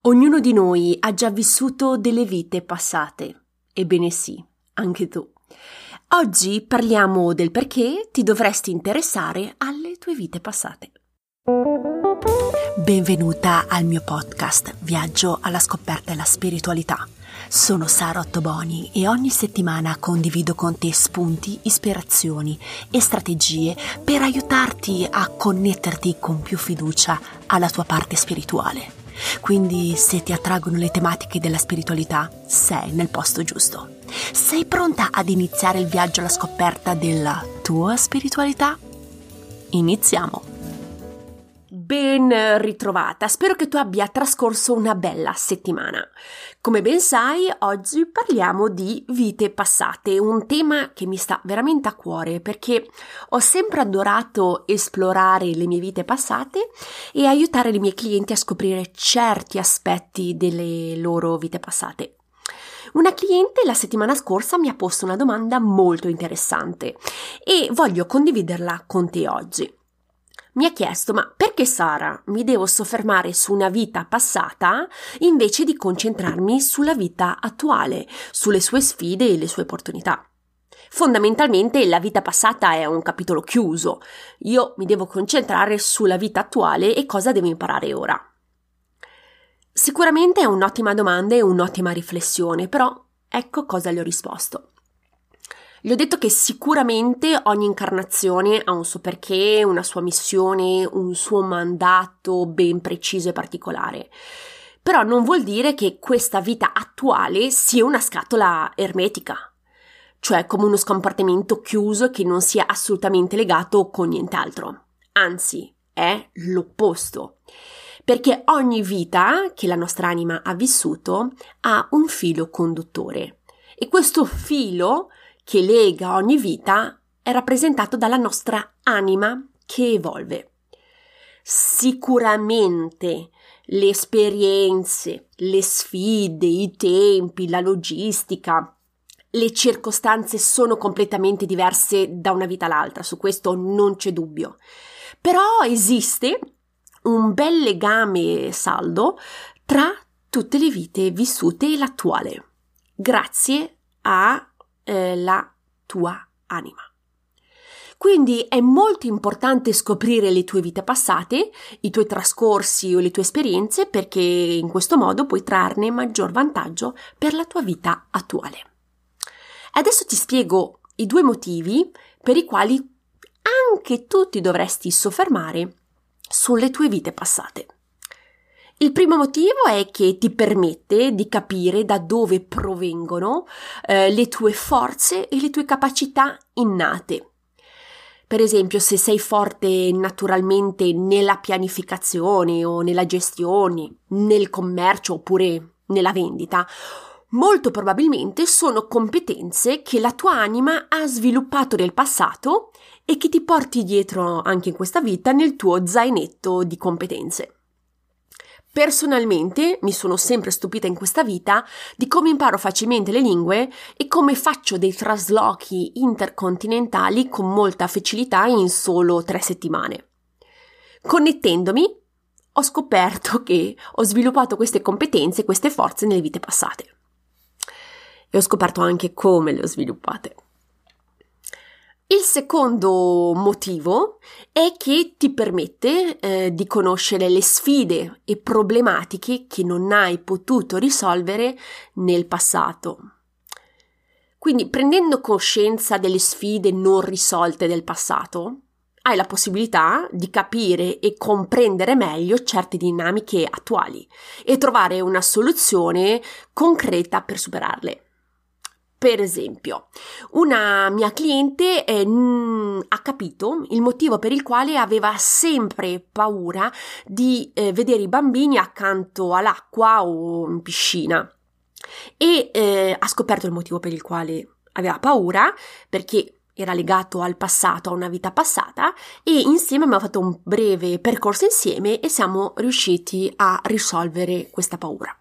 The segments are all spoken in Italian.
Ognuno di noi ha già vissuto delle vite passate. Ebbene sì, anche tu. Oggi parliamo del perché ti dovresti interessare alle tue vite passate. Benvenuta al mio podcast Viaggio alla scoperta della spiritualità. Sono Sara Ottoboni e ogni settimana condivido con te spunti, ispirazioni e strategie per aiutarti a connetterti con più fiducia alla tua parte spirituale. Quindi se ti attraggono le tematiche della spiritualità, sei nel posto giusto. Sei pronta ad iniziare il viaggio alla scoperta della tua spiritualità? Iniziamo! Ben ritrovata, spero che tu abbia trascorso una bella settimana. Come ben sai, oggi parliamo di vite passate, un tema che mi sta veramente a cuore perché ho sempre adorato esplorare le mie vite passate e aiutare i miei clienti a scoprire certi aspetti delle loro vite passate. Una cliente la settimana scorsa mi ha posto una domanda molto interessante e voglio condividerla con te oggi. Mi ha chiesto: ma perché Sara mi devo soffermare su una vita passata invece di concentrarmi sulla vita attuale, sulle sue sfide e le sue opportunità? Fondamentalmente la vita passata è un capitolo chiuso. Io mi devo concentrare sulla vita attuale e cosa devo imparare ora. Sicuramente è un'ottima domanda e un'ottima riflessione, però ecco cosa le ho risposto. Gli ho detto che sicuramente ogni incarnazione ha un suo perché, una sua missione, un suo mandato ben preciso e particolare. Però non vuol dire che questa vita attuale sia una scatola ermetica, cioè come uno scompartimento chiuso che non sia assolutamente legato con nient'altro. Anzi, è l'opposto. Perché ogni vita che la nostra anima ha vissuto ha un filo conduttore. E questo filo che lega ogni vita è rappresentato dalla nostra anima che evolve. Sicuramente le esperienze, le sfide, i tempi, la logistica, le circostanze sono completamente diverse da una vita all'altra, su questo non c'è dubbio. Però esiste un bel legame saldo tra tutte le vite vissute e l'attuale, grazie a la tua anima. Quindi è molto importante scoprire le tue vite passate, i tuoi trascorsi o le tue esperienze, perché in questo modo puoi trarne maggior vantaggio per la tua vita attuale. Adesso ti spiego i due motivi per i quali anche tu ti dovresti soffermare sulle tue vite passate. Il primo motivo è che ti permette di capire da dove provengono le tue forze e le tue capacità innate. Per esempio, se sei forte naturalmente nella pianificazione o nella gestione, nel commercio oppure nella vendita, molto probabilmente sono competenze che la tua anima ha sviluppato nel passato e che ti porti dietro anche in questa vita nel tuo zainetto di competenze. Personalmente mi sono sempre stupita in questa vita di come imparo facilmente le lingue e come faccio dei traslochi intercontinentali con molta facilità in solo 3 settimane. Connettendomi, ho scoperto che ho sviluppato queste competenze, queste forze nelle vite passate. E ho scoperto anche come le ho sviluppate. Il secondo motivo è che ti permette di conoscere le sfide e problematiche che non hai potuto risolvere nel passato. Quindi, prendendo coscienza delle sfide non risolte del passato, hai la possibilità di capire e comprendere meglio certe dinamiche attuali e trovare una soluzione concreta per superarle. Per esempio, una mia cliente ha capito il motivo per il quale aveva sempre paura di vedere i bambini accanto all'acqua o in piscina e ha scoperto il motivo per il quale aveva paura, perché era legato al passato, a una vita passata, e insieme abbiamo fatto un breve percorso insieme e siamo riusciti a risolvere questa paura.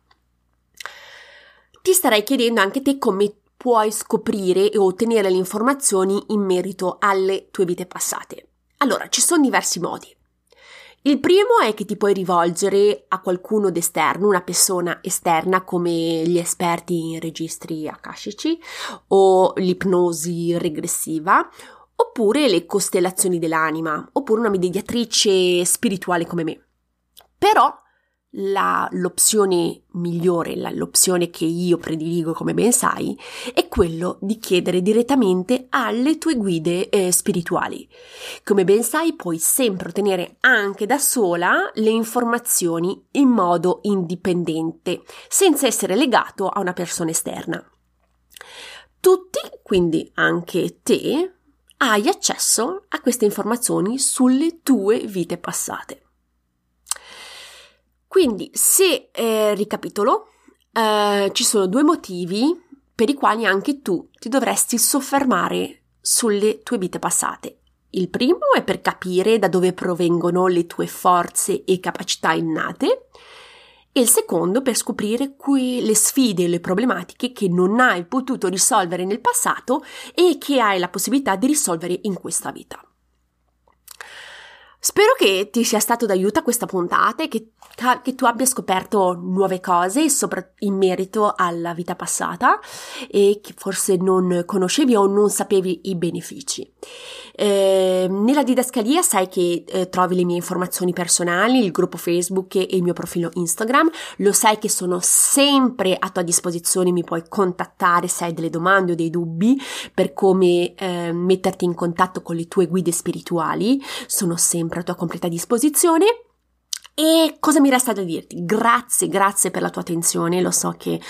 Ti starei chiedendo anche te come puoi scoprire e ottenere le informazioni in merito alle tue vite passate. Allora, ci sono diversi modi. Il primo è che ti puoi rivolgere a qualcuno d'esterno, una persona esterna come gli esperti in registri akashici o l'ipnosi regressiva, oppure le costellazioni dell'anima, oppure una mediatrice spirituale come me. Però l'opzione migliore, l'opzione che io prediligo, come ben sai, è quello di chiedere direttamente alle tue guide spirituali. Come ben sai, puoi sempre ottenere anche da sola le informazioni in modo indipendente, senza essere legato a una persona esterna. Tutti, quindi anche te, hai accesso a queste informazioni sulle tue vite passate. Quindi, se ricapitolo, ci sono 2 motivi per i quali anche tu ti dovresti soffermare sulle tue vite passate. Il primo è per capire da dove provengono le tue forze e capacità innate, e il secondo per scoprire le sfide e le problematiche che non hai potuto risolvere nel passato e che hai la possibilità di risolvere in questa vita. Spero che ti sia stato d'aiuto a questa puntata e che tu abbia scoperto nuove cose in merito alla vita passata e che forse non conoscevi o non sapevi i benefici. Nella didascalia sai che trovi le mie informazioni personali, il gruppo Facebook e il mio profilo Instagram. Lo sai che sono sempre a tua disposizione, mi puoi contattare se hai delle domande o dei dubbi per come metterti in contatto con le tue guide spirituali. Sono sempre a tua completa disposizione. E cosa mi resta da dirti? Grazie per la tua attenzione, lo so che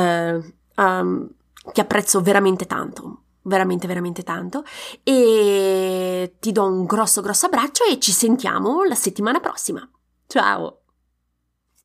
apprezzo veramente tanto, veramente tanto, e ti do un grosso abbraccio e ci sentiamo la settimana prossima. Ciao!